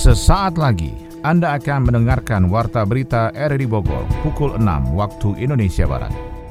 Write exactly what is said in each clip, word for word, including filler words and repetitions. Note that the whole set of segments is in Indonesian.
Sesaat lagi Anda akan mendengarkan Warta Berita R R I Bogor pukul enam waktu Indonesia Barat.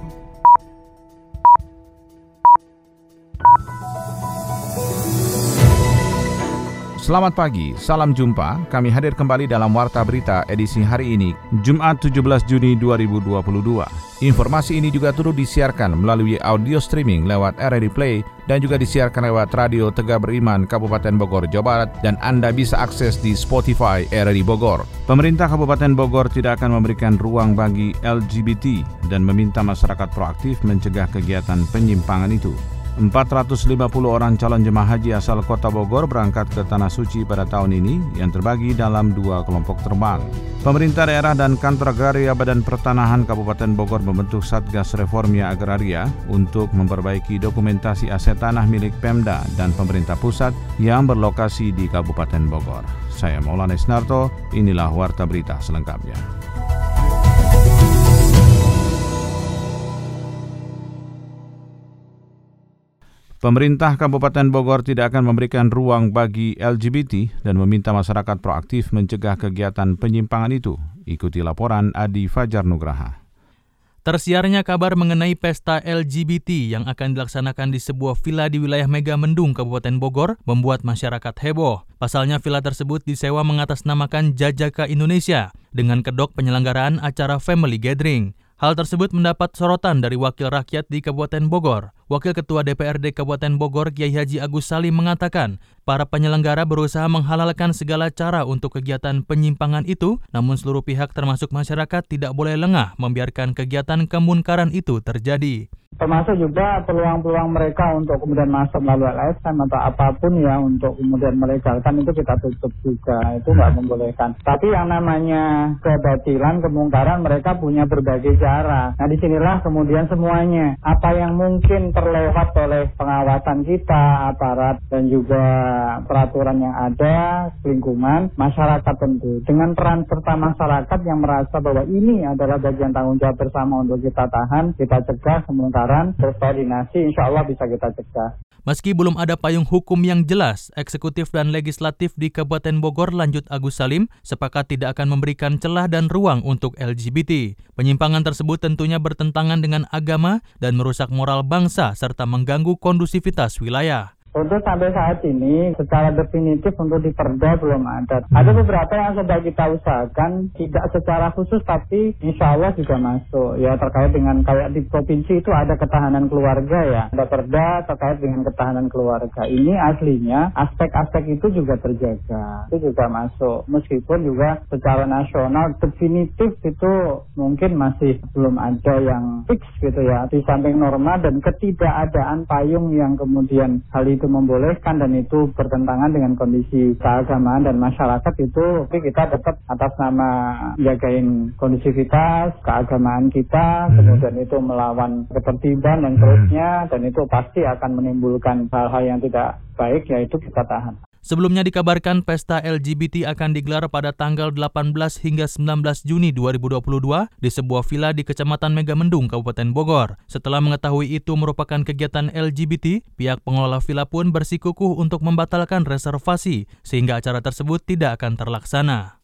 Selamat pagi, salam jumpa. Kami hadir kembali dalam Warta Berita edisi hari ini, Jumat tujuh belas Juni dua ribu dua puluh dua. Informasi ini juga turut disiarkan melalui audio streaming lewat R R I Play dan juga disiarkan lewat Radio Tegak Beriman Kabupaten Bogor, Jawa Barat, dan Anda bisa akses di Spotify R R I Bogor. Pemerintah Kabupaten Bogor tidak akan memberikan ruang bagi L G B T dan meminta masyarakat proaktif mencegah kegiatan penyimpangan itu. empat ratus lima puluh orang calon jemaah haji asal Kota Bogor berangkat ke Tanah Suci pada tahun ini yang terbagi dalam dua kelompok terbang. Pemerintah daerah dan Kantor Agraria Badan Pertanahan Kabupaten Bogor membentuk Satgas Reformia Agraria untuk memperbaiki dokumentasi aset tanah milik Pemda dan pemerintah pusat yang berlokasi di Kabupaten Bogor. Saya Maulana Isnarto, inilah Warta Berita selengkapnya. Pemerintah Kabupaten Bogor tidak akan memberikan ruang bagi L G B T dan meminta masyarakat proaktif mencegah kegiatan penyimpangan itu. Ikuti laporan Adi Fajar Nugraha. Tersiarnya kabar mengenai pesta L G B T yang akan dilaksanakan di sebuah villa di wilayah Megamendung, Kabupaten Bogor, membuat masyarakat heboh. Pasalnya villa tersebut disewa mengatasnamakan Jajaka Indonesia dengan kedok penyelenggaraan acara family gathering. Hal tersebut mendapat sorotan dari Wakil Rakyat di Kabupaten Bogor. Wakil Ketua D P R D Kabupaten Bogor, Kiai Haji Agus Salim mengatakan, para penyelenggara berusaha menghalalkan segala cara untuk kegiatan penyimpangan itu, namun seluruh pihak termasuk masyarakat tidak boleh lengah membiarkan kegiatan kemunkaran itu terjadi. Termasuk juga peluang-peluang mereka untuk kemudian masuk melalui L S M atau apapun ya untuk kemudian melegalkan itu kita tutup juga, itu nggak membolehkan. Tapi yang namanya kebatilan, kemungkaran mereka punya berbagai cara. Nah disinilah kemudian semuanya apa yang mungkin terlewat oleh pengawasan kita, aparat dan juga peraturan yang ada, lingkungan, masyarakat tentu. Dengan peran serta masyarakat yang merasa bahwa ini adalah bagian tanggung jawab bersama untuk kita tahan, kita cegah kemungkaran, berkoordinasi, insya Allah bisa kita cegah. Meski belum ada payung hukum yang jelas, eksekutif dan legislatif di Kabupaten Bogor, lanjut Agus Salim, sepakat tidak akan memberikan celah dan ruang untuk L G B T. Penyimpangan tersebut tentunya bertentangan dengan agama dan merusak moral bangsa serta mengganggu kondusivitas wilayah. Untuk sampai saat ini, secara definitif untuk di Perda belum ada. Ada beberapa yang sudah kita usahakan, tidak secara khusus, tapi insya Allah juga masuk. Ya terkait dengan kayak di provinsi itu ada ketahanan keluarga ya. Ada Perda terkait dengan ketahanan keluarga. Ini aslinya aspek-aspek itu juga terjaga. Itu juga masuk. Meskipun juga secara nasional definitif itu mungkin masih belum ada yang fix gitu ya. Di samping norma dan ketidakadaan payung yang kemudian hal itu membolehkan dan itu bertentangan dengan kondisi keagamaan dan masyarakat itu, tapi kita tetap atas nama jagain kondisivitas keagamaan kita, kemudian itu melawan ketertiban dan seterusnya, dan itu pasti akan menimbulkan hal-hal yang tidak baik, yaitu kita tahan. Sebelumnya dikabarkan pesta L G B T akan digelar pada tanggal delapan belas hingga sembilan belas Juni dua ribu dua puluh dua di sebuah villa di Kecamatan Megamendung, Kabupaten Bogor. Setelah mengetahui itu merupakan kegiatan L G B T, pihak pengelola villa pun bersikukuh untuk membatalkan reservasi sehingga acara tersebut tidak akan terlaksana.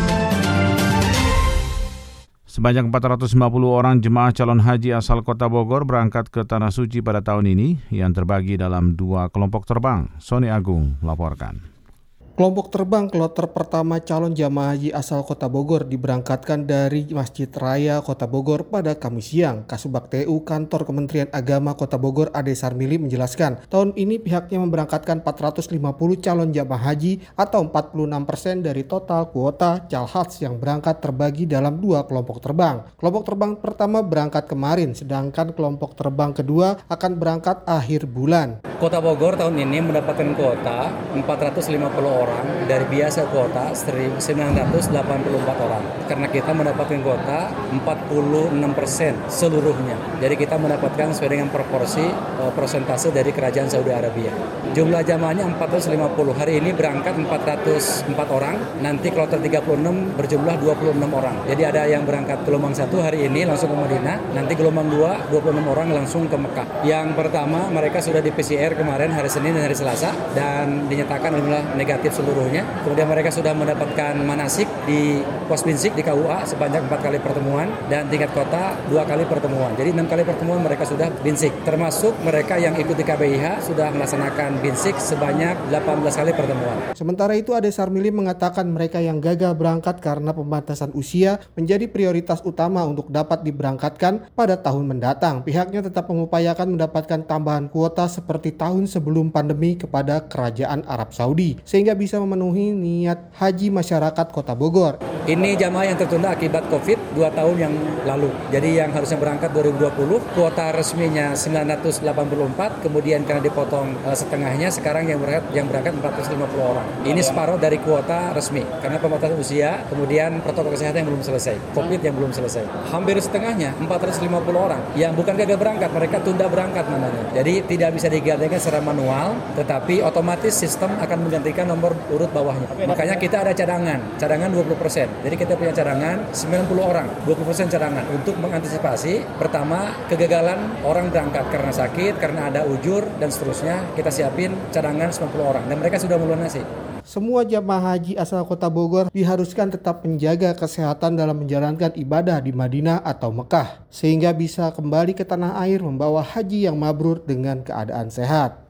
Sebanyak empat ratus lima puluh orang jemaah calon haji asal Kota Bogor berangkat ke Tanah Suci pada tahun ini yang terbagi dalam dua kelompok terbang. Sony Agung melaporkan. Kelompok terbang kloter pertama calon jamaah haji asal Kota Bogor diberangkatkan dari Masjid Raya Kota Bogor pada Kamis siang. Kasubag T U Kantor Kementerian Agama Kota Bogor Ade Sarmili menjelaskan, tahun ini pihaknya memberangkatkan empat ratus lima puluh calon jamaah haji atau empat puluh enam persen dari total kuota calhats yang berangkat terbagi dalam dua kelompok terbang. Kelompok terbang pertama berangkat kemarin, sedangkan kelompok terbang kedua akan berangkat akhir bulan. Kota Bogor tahun ini mendapatkan kuota empat ratus lima puluh orang. Dari biasa kuota sembilan ratus delapan puluh empat orang. Karena kita mendapatkan kuota empat puluh enam persen seluruhnya. Jadi kita mendapatkan sesuai dengan proporsi uh, persentase dari Kerajaan Saudi Arabia. Jumlah jamaahnya empat ratus lima puluh. Hari ini berangkat empat ratus empat orang. Nanti kloter tiga puluh enam berjumlah dua puluh enam orang. Jadi ada yang berangkat gelombang satu hari ini langsung ke Madinah. Nanti gelombang dua, dua puluh enam orang langsung ke Mekah. Yang pertama mereka sudah di P C R kemarin hari Senin dan hari Selasa. Dan dinyatakan adalah negatif seluruhnya. Kemudian mereka sudah mendapatkan manasik di pos binsik di K U A sebanyak empat kali pertemuan dan tingkat kota dua kali pertemuan. Jadi enam kali pertemuan mereka sudah binsik. Termasuk mereka yang ikut di K B I H sudah melaksanakan binsik sebanyak delapan belas kali pertemuan. Sementara itu Ade Sarmili mengatakan mereka yang gagal berangkat karena pembatasan usia menjadi prioritas utama untuk dapat diberangkatkan pada tahun mendatang. Pihaknya tetap mengupayakan mendapatkan tambahan kuota seperti tahun sebelum pandemi kepada Kerajaan Arab Saudi sehingga bisa memenuhi niat haji masyarakat Kota Bogor. Ini jamaah yang tertunda akibat COVID dua tahun yang lalu. Jadi yang harusnya berangkat dua ribu dua puluh, kuota resminya sembilan ratus delapan puluh empat, kemudian karena dipotong uh, setengahnya sekarang yang berangkat yang berangkat empat ratus lima puluh orang. Ini separuh dari kuota resmi karena pembatasan usia, kemudian protokol kesehatan yang belum selesai, COVID yang belum selesai. Hampir setengahnya empat ratus lima puluh orang yang bukan gagal berangkat, mereka tunda berangkat namanya. Jadi tidak bisa digantikan secara manual, tetapi otomatis sistem akan menggantikan nomor urut bawahnya. Makanya kita ada cadangan, cadangan dua puluh persen. Jadi kita punya cadangan sembilan puluh orang, dua puluh persen cadangan untuk mengantisipasi pertama kegagalan orang berangkat karena sakit, karena ada ujur dan seterusnya. Kita siapin cadangan sembilan puluh orang dan mereka sudah melunasi. Semua jamaah haji asal Kota Bogor diharuskan tetap menjaga kesehatan dalam menjalankan ibadah di Madinah atau Mekah sehingga bisa kembali ke tanah air membawa haji yang mabrur dengan keadaan sehat.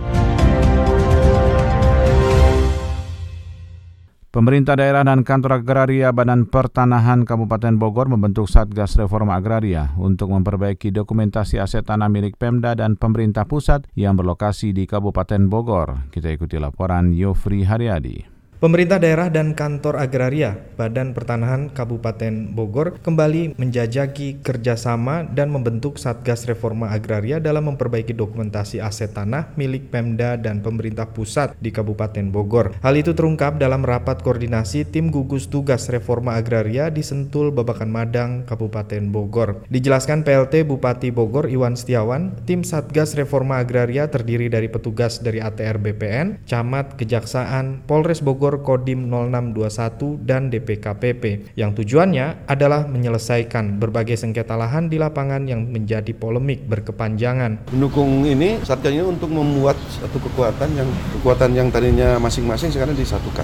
Pemerintah daerah dan kantor agraria Badan Pertanahan Kabupaten Bogor membentuk Satgas Reforma Agraria untuk memperbaiki dokumentasi aset tanah milik Pemda dan pemerintah pusat yang berlokasi di Kabupaten Bogor. Kita ikuti laporan Yofri Haryadi. Pemerintah daerah dan kantor agraria Badan Pertanahan Kabupaten Bogor kembali menjajaki kerjasama dan membentuk Satgas Reforma Agraria dalam memperbaiki dokumentasi aset tanah milik Pemda dan pemerintah pusat di Kabupaten Bogor. Hal itu terungkap dalam rapat koordinasi tim gugus tugas Reforma Agraria di Sentul Babakan Madang, Kabupaten Bogor. Dijelaskan P L T Bupati Bogor Iwan Setiawan, tim Satgas Reforma Agraria terdiri dari petugas dari A T R B P N, Camat, Kejaksaan, Polres Bogor, Kodim nol enam dua satu dan D P K P P yang tujuannya adalah menyelesaikan berbagai sengketa lahan di lapangan yang menjadi polemik berkepanjangan. Mendukung ini Satgas ini untuk membuat satu kekuatan yang kekuatan yang tadinya masing-masing sekarang disatukan.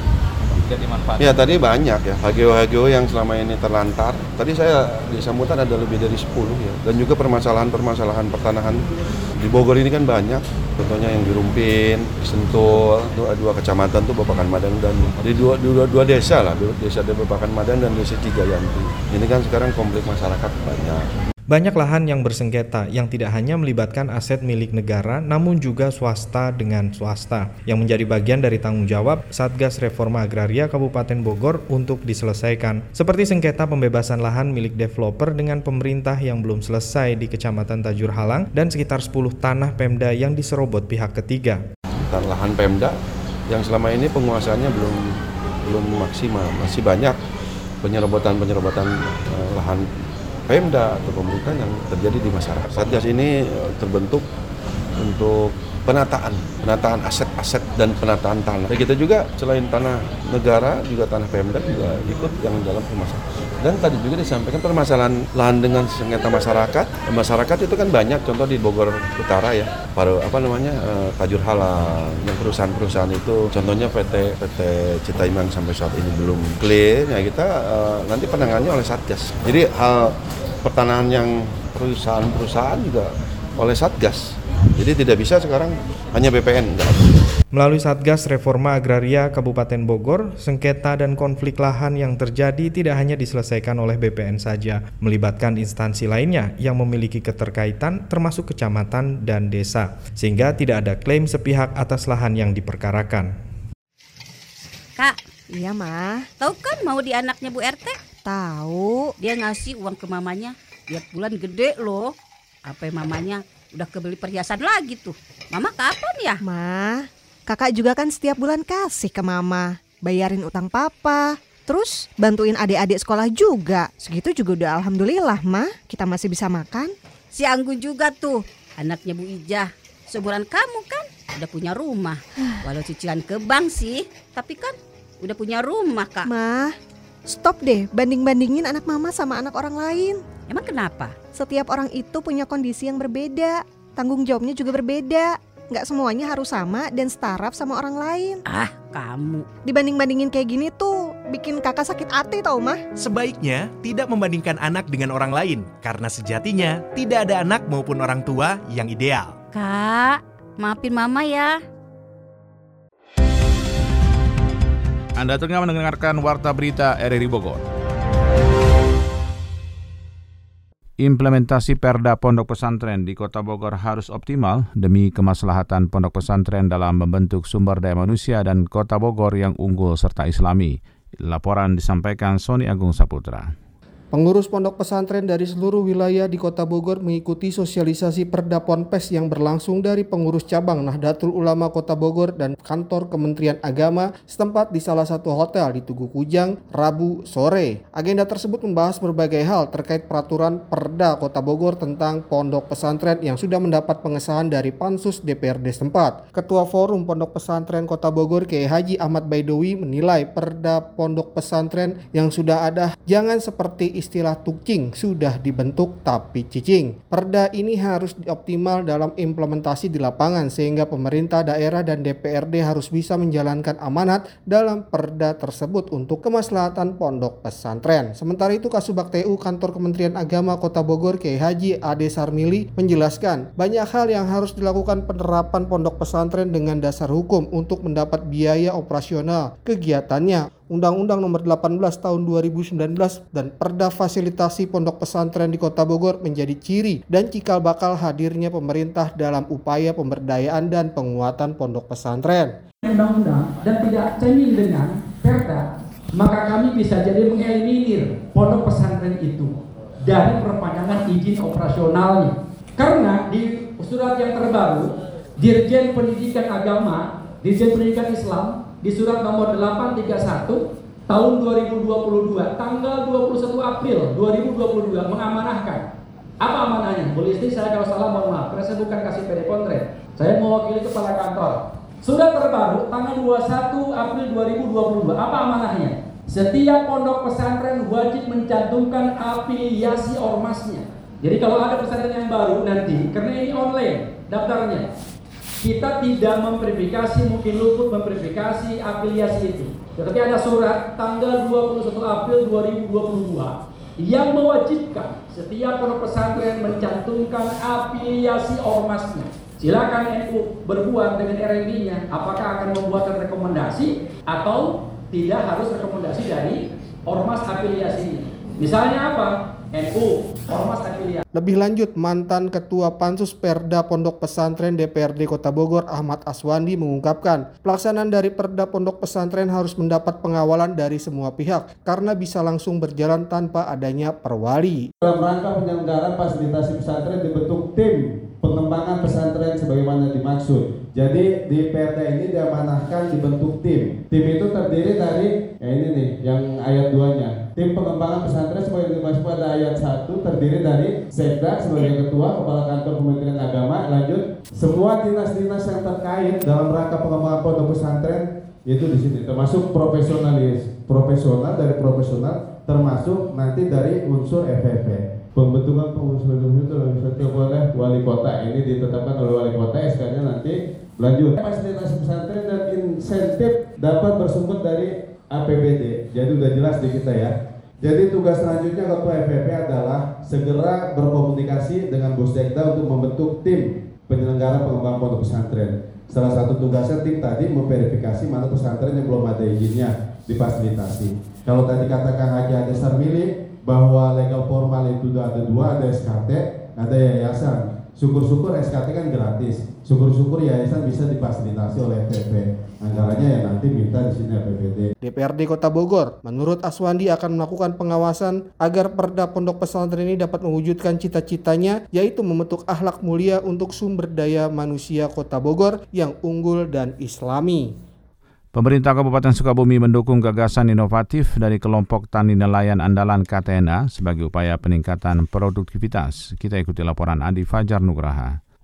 Ya tadi banyak ya H G O-H G O yang selama ini terlantar. Tadi saya di sambutan ada lebih dari sepuluh ya. Dan juga permasalahan-permasalahan pertanahan di Bogor ini kan banyak. Contohnya yang di Rumpin, di Sentul, dua, dua kecamatan tuh Babakan Madang dan di dua, dua, dua desa lah, desa di Babakan Madang dan desa Cijayanti. Ini kan sekarang konflik masyarakat banyak. Banyak lahan yang bersengketa yang tidak hanya melibatkan aset milik negara namun juga swasta dengan swasta yang menjadi bagian dari tanggung jawab Satgas Reforma Agraria Kabupaten Bogor untuk diselesaikan. Seperti sengketa pembebasan lahan milik developer dengan pemerintah yang belum selesai di Kecamatan Tajur Halang dan sekitar sepuluh tanah Pemda yang diserobot pihak ketiga. Lahan Pemda yang selama ini penguasaannya belum belum maksimal, masih banyak penyerobotan-penyerobotan uh, lahan Pemda atau pemerintah yang terjadi di masyarakat. Satgas ini terbentuk untuk penataan, penataan aset-aset dan penataan tanah. Dan kita juga selain tanah negara, juga tanah Pemda juga ikut yang dalam permasalahan. Dan tadi juga disampaikan permasalahan lahan dengan sengketa masyarakat. Masyarakat itu kan banyak, contoh di Bogor Utara ya, pada apa namanya uh, Tajur Halang, yang perusahaan-perusahaan itu, contohnya P T P T Citaimang sampai saat ini belum clear. Ya kita uh, nanti penanganannya oleh Satgas. Jadi hal pertanahan yang perusahaan-perusahaan juga oleh Satgas. Jadi tidak bisa sekarang hanya B P N. Enggak. Melalui Satgas Reforma Agraria Kabupaten Bogor, sengketa dan konflik lahan yang terjadi tidak hanya diselesaikan oleh B P N saja, melibatkan instansi lainnya yang memiliki keterkaitan termasuk kecamatan dan desa, sehingga tidak ada klaim sepihak atas lahan yang diperkarakan. Kak, iya mah. tahu kan mau di anaknya Bu R T? Tahu. Dia ngasih uang ke mamanya, tiap bulan gede loh. Apa mamanya udah kebeli perhiasan lagi tuh. Mama kapan ya? Mah, kakak juga kan setiap bulan kasih ke mama, bayarin utang papa, terus bantuin adik-adik sekolah juga. Segitu juga udah alhamdulillah mah, kita masih bisa makan. Si Anggun juga tuh, anaknya Bu Ijah. Seumuran kamu kan, udah punya rumah. Walau cicilan ke bank sih, tapi kan udah punya rumah Kak. Mah, stop deh banding-bandingin anak mama sama anak orang lain. Emang kenapa? Setiap orang itu punya kondisi yang berbeda, tanggung jawabnya juga berbeda. nggak semuanya harus sama dan setara sama orang lain. Ah, kamu. Dibanding-bandingin kayak gini tuh bikin kakak sakit hati tau mah. Sebaiknya tidak membandingkan anak dengan orang lain, karena sejatinya tidak ada anak maupun orang tua yang ideal. Kak, maafin mama ya. Anda tengah mendengarkan Warta Berita R R I Bogor. Implementasi Perda Pondok Pesantren di Kota Bogor harus optimal demi kemaslahatan pondok pesantren dalam membentuk sumber daya manusia dan Kota Bogor yang unggul serta islami. Laporan disampaikan Sony Agung Saputra. Pengurus pondok pesantren dari seluruh wilayah di Kota Bogor mengikuti sosialisasi Perda Ponpes yang berlangsung dari pengurus cabang Nahdlatul Ulama Kota Bogor dan kantor Kementerian Agama setempat di salah satu hotel di Tugu Kujang, Rabu sore. Agenda tersebut membahas berbagai hal terkait peraturan Perda Kota Bogor tentang pondok pesantren yang sudah mendapat pengesahan dari Pansus D P R D setempat. Ketua Forum Pondok Pesantren Kota Bogor Kiai Haji Ahmad Baidowi menilai Perda Pondok Pesantren yang sudah ada jangan seperti istilah tukcing sudah dibentuk tapi cicing. Perda ini harus optimal dalam implementasi di lapangan sehingga pemerintah daerah dan D P R D harus bisa menjalankan amanat dalam perda tersebut untuk kemaslahatan pondok pesantren. Sementara itu Kasubag T U Kantor Kementerian Agama Kota Bogor Kiai Haji Ade Sarmili menjelaskan banyak hal yang harus dilakukan penerapan pondok pesantren dengan dasar hukum untuk mendapat biaya operasional kegiatannya. Undang-Undang Nomor delapan belas Tahun dua ribu sembilan belas dan Perda Fasilitasi Pondok Pesantren di Kota Bogor menjadi ciri dan cikal bakal hadirnya pemerintah dalam upaya pemberdayaan dan penguatan pondok pesantren. Undang-undang dan tidak cemil dengan Perda, maka kami bisa jadi mengeliminir pondok pesantren itu dari perpanjangan izin operasionalnya. Karena di surat yang terbaru, Dirjen Pendidikan Agama, Dirjen Pendidikan Islam, di surat nomor delapan tiga satu tahun dua ribu dua puluh dua tanggal dua puluh satu April dua ribu dua puluh dua mengamanahkan. Apa amanahnya? Boleh istri saya kalau salah mohon maaf, karena saya bukan kasih P D Kontren. Saya mewakili kepala kantor. Surat terbaru tanggal dua puluh satu April dua ribu dua puluh dua. Apa amanahnya? Setiap pondok pesantren wajib mencantumkan afiliasi ormasnya. Jadi kalau ada pesantren yang baru nanti, karena ini online daftarnya, kita tidak memverifikasi, mungkin luput memverifikasi afiliasi itu. Tetapi ada surat tanggal dua puluh satu April dua ribu dua puluh dua yang mewajibkan setiap pondok pesantren mencantumkan afiliasi ormasnya. Silakan N U berbuat dengan R M I-nya, apakah akan membuatkan rekomendasi atau tidak harus rekomendasi dari ormas afiliasi. Misalnya apa? N U, ormas afiliasi. Lebih lanjut, mantan Ketua Pansus Perda Pondok Pesantren D P R D Kota Bogor Ahmad Aswandi mengungkapkan pelaksanaan dari Perda Pondok Pesantren harus mendapat pengawalan dari semua pihak karena bisa langsung berjalan tanpa adanya perwali. Dalam rangka penyelenggaraan fasilitasi pesantren dibentuk tim pengembangan pesantren sebagaimana dimaksud. Jadi di P R D ini diamanahkan dibentuk tim. Tim itu terdiri dari, ya ini nih yang ayat dua-nya. Tim pengembangan pesantren sebagai dimaksud pada ayat satu terdiri dari Sekda sebagai ketua, kepala kantor Kementerian Agama. Lanjut, semua dinas-dinas yang terkait dalam rangka pengembangan pondok pesantren itu di sini, termasuk profesionalis, profesional dari profesional, termasuk nanti dari unsur F F P. Pembentukan pengurus itu dibentuk oleh wali kota, ini ditetapkan oleh wali kota, S K-nya nanti. Lanjut, fasilitas pesantren dan insentif dapat bersumber dari A P B D. Jadi udah jelas di kita ya. Jadi tugas selanjutnya Ketua F F P adalah segera berkomunikasi dengan Busdekda untuk membentuk tim penyelenggara pengembangan pondok pesantren. Salah satu tugasnya tim tadi memverifikasi mana pesantren yang belum ada izinnya difasilitasi. Kalau tadi kata Kang Haji Ade Sarmili bahwa legal formal itu ada dua, ada S K T, ada yayasan. Syukur-syukur S K T kan gratis. Syukur-syukur yayasan bisa difasilitasi oleh F F P. Anggarannya ya nanti minta di sini A P B D. D P R D Kota Bogor, menurut Aswandi akan melakukan pengawasan agar Perda Pondok Pesantren ini dapat mewujudkan cita-citanya, yaitu membentuk akhlak mulia untuk sumber daya manusia Kota Bogor yang unggul dan islami. Pemerintah Kabupaten Sukabumi mendukung gagasan inovatif dari kelompok tani nelayan andalan K T N A sebagai upaya peningkatan produktivitas. Kita ikuti laporan Adi Fajar Nugraha.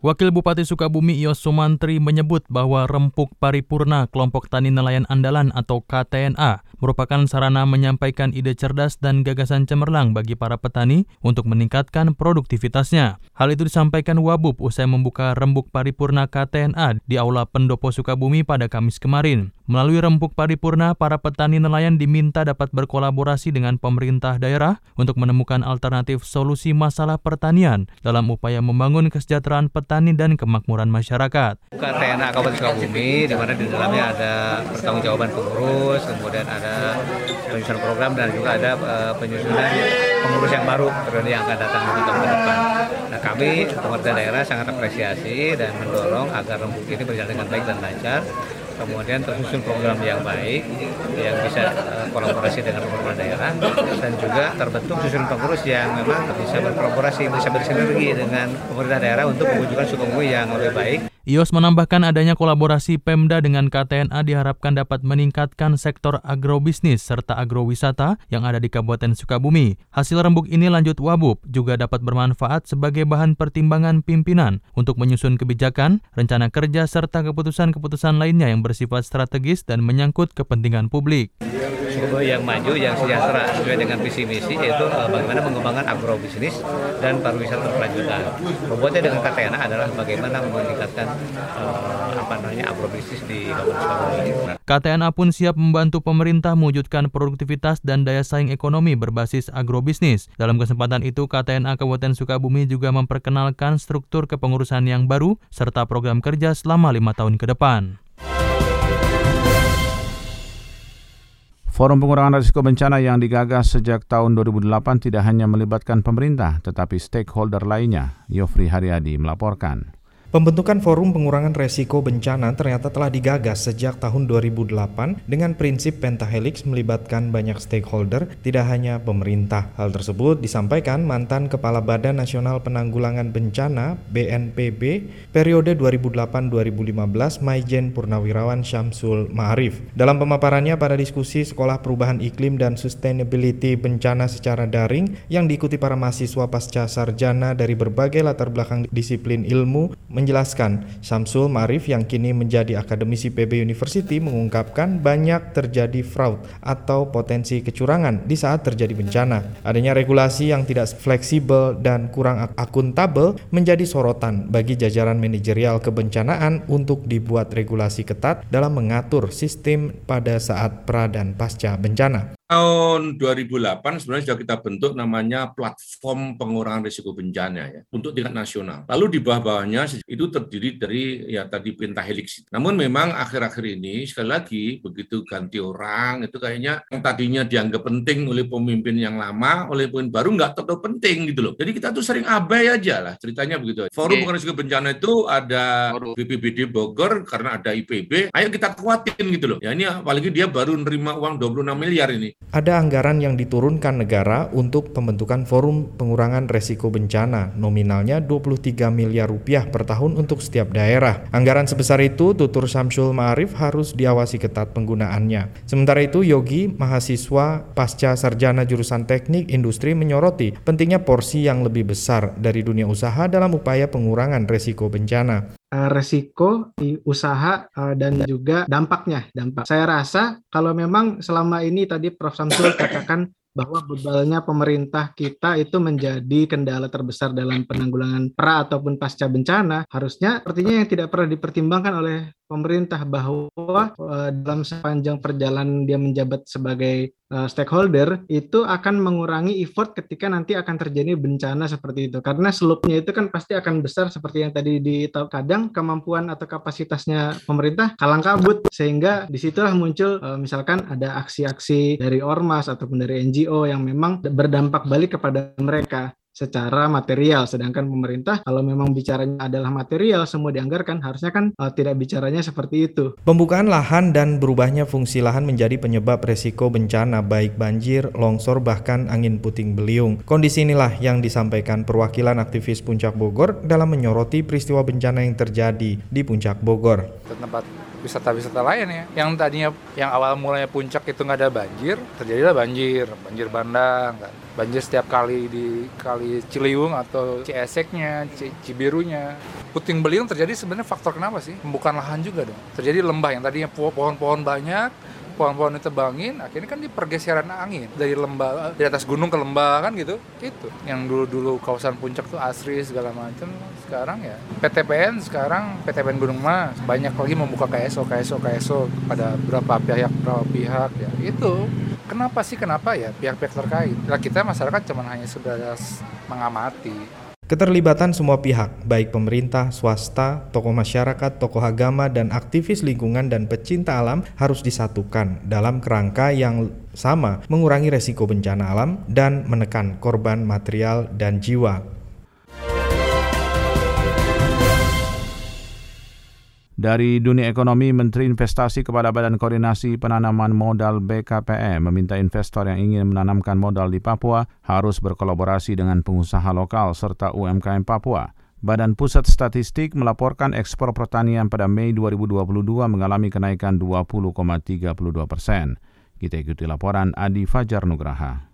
Wakil Bupati Sukabumi Ios Sumantri menyebut bahwa Rempuk Paripurna Kelompok Tani Nelayan Andalan atau K T N A merupakan sarana menyampaikan ide cerdas dan gagasan cemerlang bagi para petani untuk meningkatkan produktivitasnya. Hal itu disampaikan Wabub usai membuka Rembuk Paripurna K T N A di Aula Pendopo Sukabumi pada Kamis kemarin. Melalui Rembuk Paripurna, para petani nelayan diminta dapat berkolaborasi dengan pemerintah daerah untuk menemukan alternatif solusi masalah pertanian dalam upaya membangun kesejahteraan petani dan kemakmuran masyarakat. K T N A Kabupaten Sukabumi, di mana di dalamnya ada pertanggungjawaban pengurus, kemudian ada penyusunan program dan juga ada uh, penyusunan pengurus yang baru periode yang akan datang di tahun depan. Nah, kami pemerintah daerah sangat apresiasi dan mendorong agar Rembuk ini berjalan dengan baik dan lancar. Kemudian tersusun program yang baik yang bisa uh, kolaborasi dengan pemerintah daerah dan juga terbentuk susunan pengurus yang memang bisa berkolaborasi, bisa bersinergi dengan pemerintah daerah untuk mewujudkan Sukabumi yang lebih baik. Ios menambahkan adanya kolaborasi Pemda dengan K T N A diharapkan dapat meningkatkan sektor agrobisnis serta agrowisata yang ada di Kabupaten Sukabumi. Hasil rembuk ini, lanjut Wabub, juga dapat bermanfaat sebagai bahan pertimbangan pimpinan untuk menyusun kebijakan, rencana kerja, serta keputusan-keputusan lainnya yang bersifat strategis dan menyangkut kepentingan publik. Sukabumi yang maju, yang sejahtera sesuai dengan visi misi, yaitu uh, bagaimana mengembangkan agrobisnis dan pariwisata berkelanjutan. Bobotnya dengan K T N A adalah bagaimana meningkatkan uh, apa namanya agrobisnis di Kabupaten Sukabumi. K T N A pun siap membantu pemerintah mewujudkan produktivitas dan daya saing ekonomi berbasis agrobisnis. Dalam kesempatan itu, K T N A Kabupaten Sukabumi juga memperkenalkan struktur kepengurusan yang baru serta program kerja selama lima tahun ke depan. Forum pengurangan risiko bencana yang digagas sejak tahun dua ribu delapan tidak hanya melibatkan pemerintah, tetapi stakeholder lainnya. Yofri Haryadi melaporkan. Pembentukan Forum Pengurangan Resiko Bencana ternyata telah digagas sejak tahun dua ribu delapan dengan prinsip pentahelix melibatkan banyak stakeholder, tidak hanya pemerintah. Hal tersebut disampaikan mantan Kepala Badan Nasional Penanggulangan Bencana B N P B periode dua ribu delapan sampai dua ribu lima belas, Maijen Purnawirawan Syamsul Ma'arif. Dalam pemaparannya pada diskusi Sekolah Perubahan Iklim dan Sustainability Bencana secara daring yang diikuti para mahasiswa pasca sarjana dari berbagai latar belakang disiplin ilmu, menjelaskan, Syamsul Ma'arif yang kini menjadi akademisi P B University mengungkapkan banyak terjadi fraud atau potensi kecurangan di saat terjadi bencana. Adanya regulasi yang tidak fleksibel dan kurang akuntabel menjadi sorotan bagi jajaran manajerial kebencanaan untuk dibuat regulasi ketat dalam mengatur sistem pada saat pra dan pasca bencana. Tahun dua ribu delapan sebenarnya sudah kita bentuk namanya platform pengurangan risiko bencana ya untuk tingkat nasional. Lalu di bawah-bawahnya itu terdiri dari ya tadi pentahelix. Namun memang akhir-akhir ini sekali lagi begitu ganti orang itu kayaknya yang tadinya dianggap penting oleh pemimpin yang lama, oleh pemimpin baru nggak terlalu penting gitu loh. Jadi kita tuh sering abai aja lah ceritanya begitu. Forum pengurangan risiko bencana itu ada B P B D Bogor karena ada I P B. Ayo kita kuatin gitu loh. Ya ini apalagi dia baru nerima uang dua puluh enam miliar ini. Ada anggaran yang diturunkan negara untuk pembentukan Forum Pengurangan Resiko Bencana, nominalnya dua puluh tiga miliar rupiah per tahun untuk setiap daerah. Anggaran sebesar itu, tutur Syamsul Ma'arif, harus diawasi ketat penggunaannya. Sementara itu, Yogi, mahasiswa pasca sarjana jurusan teknik industri, menyoroti pentingnya porsi yang lebih besar dari dunia usaha dalam upaya pengurangan resiko bencana. Resiko di usaha dan juga dampaknya. Dampak. Saya rasa kalau memang selama ini tadi Prof Syamsul katakan bahwa bebalnya pemerintah kita itu menjadi kendala terbesar dalam penanggulangan pra ataupun pasca bencana, harusnya artinya yang tidak pernah dipertimbangkan oleh pemerintah bahwa uh, dalam sepanjang perjalanan dia menjabat sebagai uh, stakeholder itu akan mengurangi effort ketika nanti akan terjadi bencana seperti itu, karena selupnya itu kan pasti akan besar seperti yang tadi di kadang kemampuan atau kapasitasnya pemerintah kalang kabut, sehingga disitulah muncul uh, misalkan ada aksi-aksi dari ormas ataupun dari N G O yang memang berdampak balik kepada mereka secara material, sedangkan pemerintah kalau memang bicaranya adalah material semua dianggarkan, harusnya kan uh, tidak bicaranya seperti itu. Pembukaan lahan dan berubahnya fungsi lahan menjadi penyebab resiko bencana baik banjir, longsor, bahkan angin puting beliung. Kondisi inilah yang disampaikan perwakilan aktivis Puncak Bogor dalam menyoroti peristiwa bencana yang terjadi di Puncak Bogor. Tempat wisata-wisata lain ya, yang tadinya yang awal mulanya puncak itu nggak ada banjir, terjadilah banjir, banjir bandang kan. Banjir setiap kali di kali Ciliwung atau Cieseknya, Cibirunya. Puting beliung terjadi sebenarnya faktor kenapa sih? Pembukaan lahan juga dong. Terjadi lembah yang tadinya pohon-pohon banyak, pohon-pohon ditebangin, akhirnya kan di pergeseran angin dari lembah, dari atas gunung ke lembah kan gitu. Itu yang dulu-dulu kawasan puncak tuh asri segala macam, sekarang ya P T P N sekarang P T P N Gunung Mas banyak lagi membuka K S O K S O K S O pada berapa pihak berapa pihak ya. Itu kenapa sih kenapa ya pihak-pihak terkait? Nah, kita masyarakat cuma hanya sebatas mengamati. Keterlibatan semua pihak, baik pemerintah, swasta, tokoh masyarakat, tokoh agama, dan aktivis lingkungan dan pecinta alam harus disatukan dalam kerangka yang sama, mengurangi resiko bencana alam dan menekan korban material dan jiwa. Dari dunia ekonomi, Menteri Investasi kepada Badan Koordinasi Penanaman Modal B K P M meminta investor yang ingin menanamkan modal di Papua harus berkolaborasi dengan pengusaha lokal serta U M K M Papua. Badan Pusat Statistik melaporkan ekspor pertanian pada Mei dua ribu dua puluh dua mengalami kenaikan dua puluh koma tiga dua persen. Kita ikuti laporan Adi Fajar Nugraha.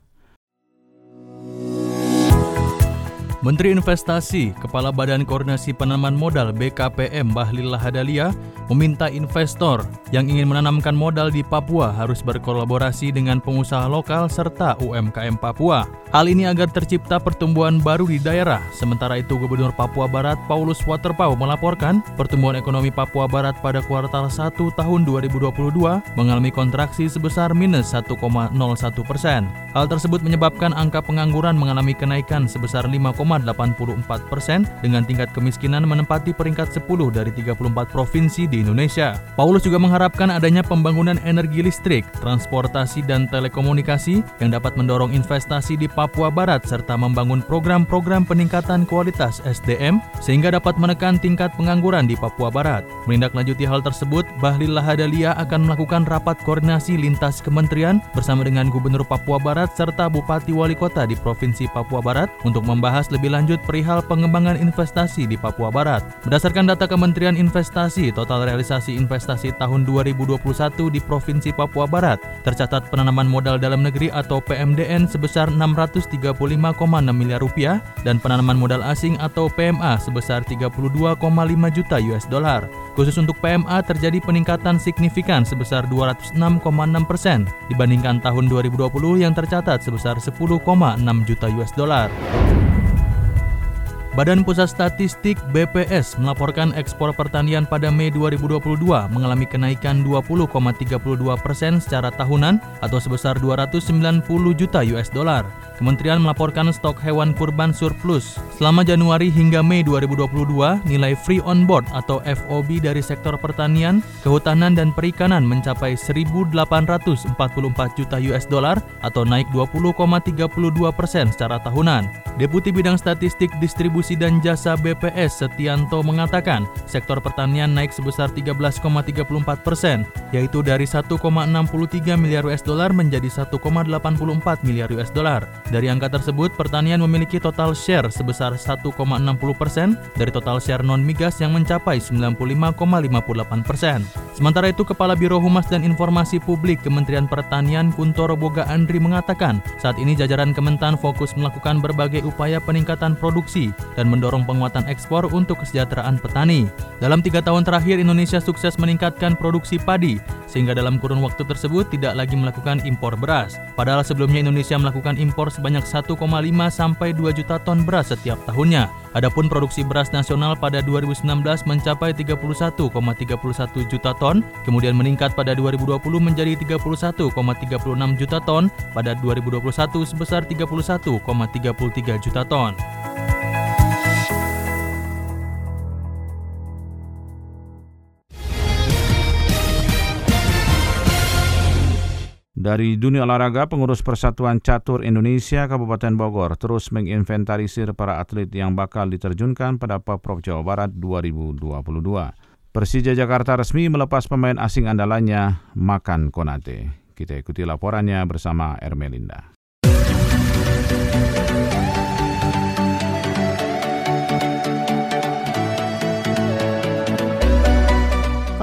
Menteri Investasi, Kepala Badan Koordinasi Penanaman Modal B K P M Bahlil Lahadalia meminta investor yang ingin menanamkan modal di Papua harus berkolaborasi dengan pengusaha lokal serta U M K M Papua. Hal ini agar tercipta pertumbuhan baru di daerah. Sementara itu, Gubernur Papua Barat Paulus Waterpauw melaporkan pertumbuhan ekonomi Papua Barat pada kuartal satu tahun dua ribu dua puluh dua mengalami kontraksi sebesar minus satu koma nol satu persen. Hal tersebut menyebabkan angka pengangguran mengalami kenaikan sebesar lima koma delapan puluh empat persen dengan tingkat kemiskinan menempati peringkat sepuluh dari tiga puluh empat provinsi di Indonesia. Paulus juga mengharapkan adanya pembangunan energi listrik, transportasi dan telekomunikasi yang dapat mendorong investasi di Papua Barat serta membangun program-program peningkatan kualitas S D M sehingga dapat menekan tingkat pengangguran di Papua Barat. Menindaklanjuti hal tersebut, Bahlil Lahadalia akan melakukan rapat koordinasi lintas kementerian bersama dengan Gubernur Papua Barat serta Bupati Wali Kota di Provinsi Papua Barat untuk membahas lebih lanjut perihal pengembangan investasi di Papua Barat. Berdasarkan data Kementerian Investasi, total realisasi investasi tahun dua ribu dua puluh satu di Provinsi Papua Barat tercatat penanaman modal dalam negeri atau P M D N sebesar enam ratus tiga puluh lima koma enam miliar rupiah dan penanaman modal asing atau P M A sebesar tiga puluh dua koma lima juta U S dollar. Khusus untuk P M A terjadi peningkatan signifikan sebesar dua ratus enam koma enam persen dibandingkan tahun dua ribu dua puluh yang tercatat sebesar sepuluh koma enam juta U S dollar. Badan Pusat Statistik B P S melaporkan ekspor pertanian pada Mei dua ribu dua puluh dua mengalami kenaikan dua puluh koma tiga dua persen secara tahunan atau sebesar dua ratus sembilan puluh juta U S dollar. Kementerian melaporkan stok hewan kurban surplus. Selama Januari hingga Mei dua ribu dua puluh dua, nilai free on board atau F O B dari sektor pertanian, kehutanan dan perikanan mencapai seribu delapan ratus empat puluh empat juta U S dollar atau naik dua puluh koma tiga dua persen secara tahunan. Deputi Bidang Statistik Distribusi dan Jasa B P S Setianto mengatakan sektor pertanian naik sebesar tiga belas koma tiga empat persen, yaitu dari satu koma enam tiga miliar U S dollar menjadi satu koma delapan empat miliar U S dollar. Dari angka tersebut, pertanian memiliki total share sebesar satu koma enam puluh persen dari total share non-migas yang mencapai sembilan puluh lima koma lima delapan persen. Sementara itu, Kepala Biro Humas dan Informasi Publik Kementerian Pertanian Kuntoro Boga Andri mengatakan saat ini jajaran Kementan fokus melakukan berbagai upaya peningkatan produksi dan mendorong penguatan ekspor untuk kesejahteraan petani. Dalam tiga tahun terakhir, Indonesia sukses meningkatkan produksi padi, sehingga dalam kurun waktu tersebut tidak lagi melakukan impor beras. Padahal sebelumnya Indonesia melakukan impor sebanyak satu koma lima sampai dua juta ton beras setiap tahunnya. Adapun produksi beras nasional pada dua ribu sembilan belas mencapai tiga puluh satu koma tiga satu juta ton, kemudian meningkat pada dua ribu dua puluh menjadi tiga puluh satu koma tiga enam juta ton, pada dua ribu dua puluh satu sebesar tiga puluh satu koma tiga tiga juta ton. Dari dunia olahraga, pengurus Persatuan Catur Indonesia Kabupaten Bogor terus menginventarisir para atlet yang bakal diterjunkan pada Pemprov Jawa Barat dua ribu dua puluh dua. Persija Jakarta resmi melepas pemain asing andalannya, Makan Konate. Kita ikuti laporannya bersama Ermelinda.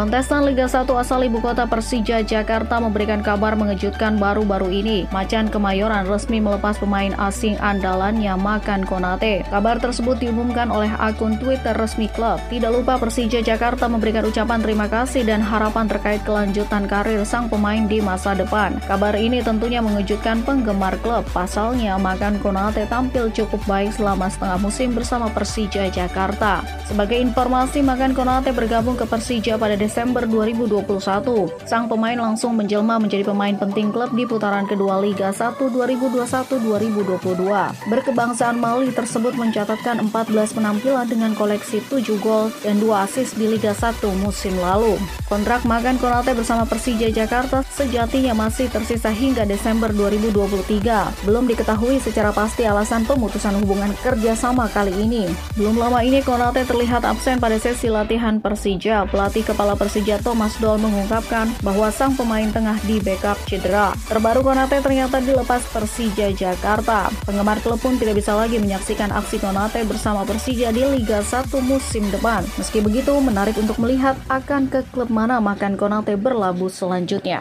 Kontestan Liga satu asal ibu kota Persija Jakarta memberikan kabar mengejutkan baru-baru ini. Macan Kemayoran resmi melepas pemain asing andalannya Makan Konate. Kabar tersebut diumumkan oleh akun Twitter resmi klub. Tidak lupa Persija Jakarta memberikan ucapan terima kasih dan harapan terkait kelanjutan karir sang pemain di masa depan. Kabar ini tentunya mengejutkan penggemar klub. Pasalnya Makan Konate tampil cukup baik selama setengah musim bersama Persija Jakarta. Sebagai informasi, Makan Konate bergabung ke Persija pada Desember dua ribu dua puluh satu. Sang pemain langsung menjelma menjadi pemain penting klub di putaran kedua Liga satu dua ribu dua puluh satu dua ribu dua puluh dua. Berkebangsaan Mali tersebut mencatatkan empat belas penampilan dengan koleksi tujuh gol dan dua assist di Liga satu musim lalu. Kontrak Makan Konate bersama Persija Jakarta sejatinya masih tersisa hingga Desember dua ribu dua puluh tiga. Belum diketahui secara pasti alasan pemutusan hubungan kerjasama kali ini. Belum lama ini Konate terlihat absen pada sesi latihan Persija. Pelatih kepala Persija Thomas Doll mengungkapkan bahwa sang pemain tengah di backup cedera. Terbaru Konate ternyata dilepas Persija Jakarta. Penggemar klub pun tidak bisa lagi menyaksikan aksi Konate bersama Persija di Liga satu musim depan. Meski begitu, menarik untuk melihat akan ke klub mana Makan Konate berlabuh selanjutnya.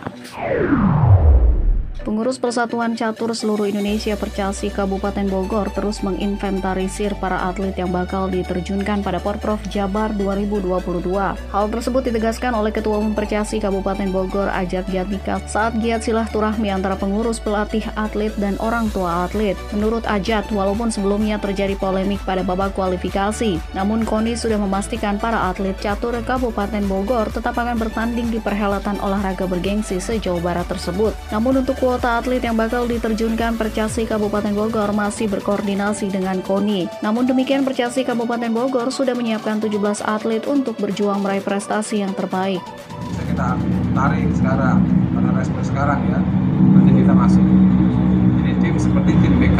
Pengurus Persatuan Catur Seluruh Indonesia Percasi Kabupaten Bogor terus menginventarisir para atlet yang bakal diterjunkan pada Porprov Jabar dua ribu dua puluh dua. Hal tersebut ditegaskan oleh Ketua Umum Percasi Kabupaten Bogor Ajat Jatnika saat giat silaturahmi antara pengurus, pelatih, atlet, dan orang tua atlet. Menurut Ajat, walaupun sebelumnya terjadi polemik pada babak kualifikasi, namun KONI sudah memastikan para atlet catur Kabupaten Bogor tetap akan bertanding di perhelatan olahraga bergengsi se-Jawa Barat tersebut. Namun untuk kuota atlet yang bakal diterjunkan Percasi Kabupaten Bogor masih berkoordinasi dengan KONI. Namun demikian, Percasi Kabupaten Bogor sudah menyiapkan tujuh belas atlet untuk berjuang meraih prestasi yang terbaik. Kita tarik sekarang, pada respon sekarang ya, nanti kita masuk. Ini tim seperti tim B K,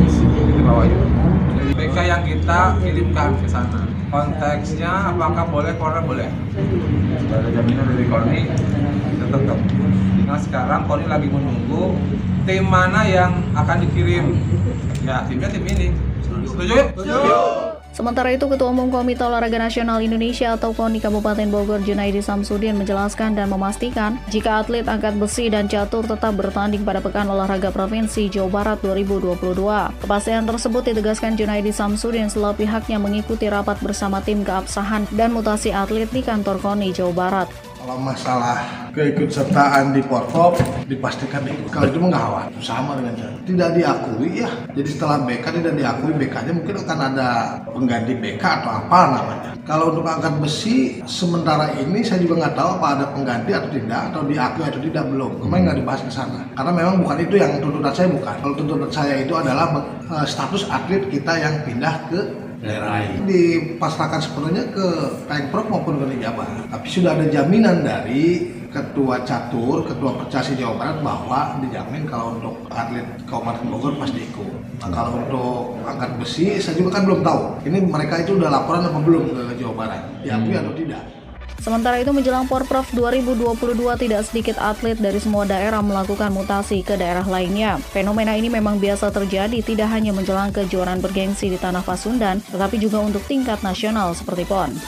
di bawah itu. Jadi B K yang kita kirimkan ke sana. Konteksnya apakah boleh, corner boleh. Sudah ada jaminan dari KONI, tetap. Nah sekarang KONI lagi menunggu tim mana yang akan dikirim. Ya timnya tim ini. Setuju? Setuju. Sementara itu, Ketua Umum Komite Olahraga Nasional Indonesia atau KONI Kabupaten Bogor Junaidi Samsudin menjelaskan dan memastikan jika atlet angkat besi dan catur tetap bertanding pada Pekan Olahraga Provinsi Jawa Barat dua ribu dua puluh dua. Kepastian tersebut ditegaskan Junaidi Samsudin setelah pihaknya mengikuti rapat bersama tim keabsahan dan mutasi atlet di kantor KONI Jawa Barat. Kalau masalah keikutsertaan di Porprov dipastikan ikut. Kalau itu nggak khawatir, sama dengan saya. Tidak diakui ya. Jadi setelah B K tidak diakui, B K-nya mungkin akan ada pengganti B K atau apa namanya. Kalau untuk angkat besi sementara ini saya juga nggak tahu apa ada pengganti atau tidak, atau diakui atau tidak, belum. Kemarin nggak dibahas ke sana. Karena memang bukan itu yang tuntutan saya, bukan. Kalau tuntutan saya itu adalah uh, status atlet kita yang pindah ke daerah ini dipasrahkan sepenuhnya ke Pemprov maupun ke Jabar. Tapi sudah ada jaminan dari Ketua Catur, Ketua Percasi Jawa Barat bahwa dijamin kalau untuk atlet Kabupaten Bogor pasti ikut. Nah, kalau untuk angkat besi saya juga kan belum tahu. Ini mereka itu udah laporan apa belum ke Jawa Barat, diakui atau tidak. Sementara itu menjelang Porprov dua ribu dua puluh dua tidak sedikit atlet dari semua daerah melakukan mutasi ke daerah lainnya. Fenomena ini memang biasa terjadi tidak hanya menjelang kejuaraan bergengsi di Tanah Pasundan, tetapi juga untuk tingkat nasional seperti P O N.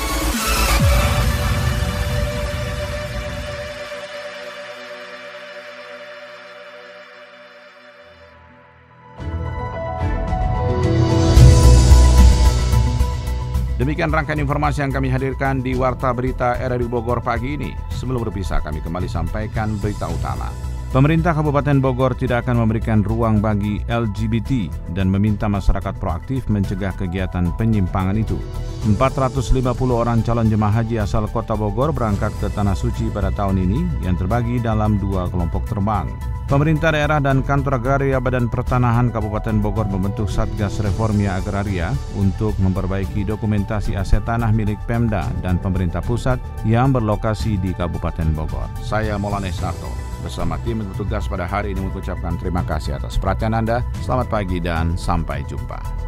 Demikian rangkaian informasi yang kami hadirkan di Warta Berita R R I Bogor pagi ini. Sebelum berpisah, kami kembali sampaikan berita utama. Pemerintah Kabupaten Bogor tidak akan memberikan ruang bagi L G B T dan meminta masyarakat proaktif mencegah kegiatan penyimpangan itu. empat ratus lima puluh orang calon jemaah haji asal Kota Bogor berangkat ke Tanah Suci pada tahun ini yang terbagi dalam dua kelompok terbang. Pemerintah daerah dan kantor agraria Badan Pertanahan Kabupaten Bogor membentuk Satgas Reformia Agraria untuk memperbaiki dokumentasi aset tanah milik Pemda dan pemerintah pusat yang berlokasi di Kabupaten Bogor. Saya Maulana Isnarto bersama tim bertugas pada hari ini mengucapkan terima kasih atas perhatian Anda. Selamat pagi dan sampai jumpa.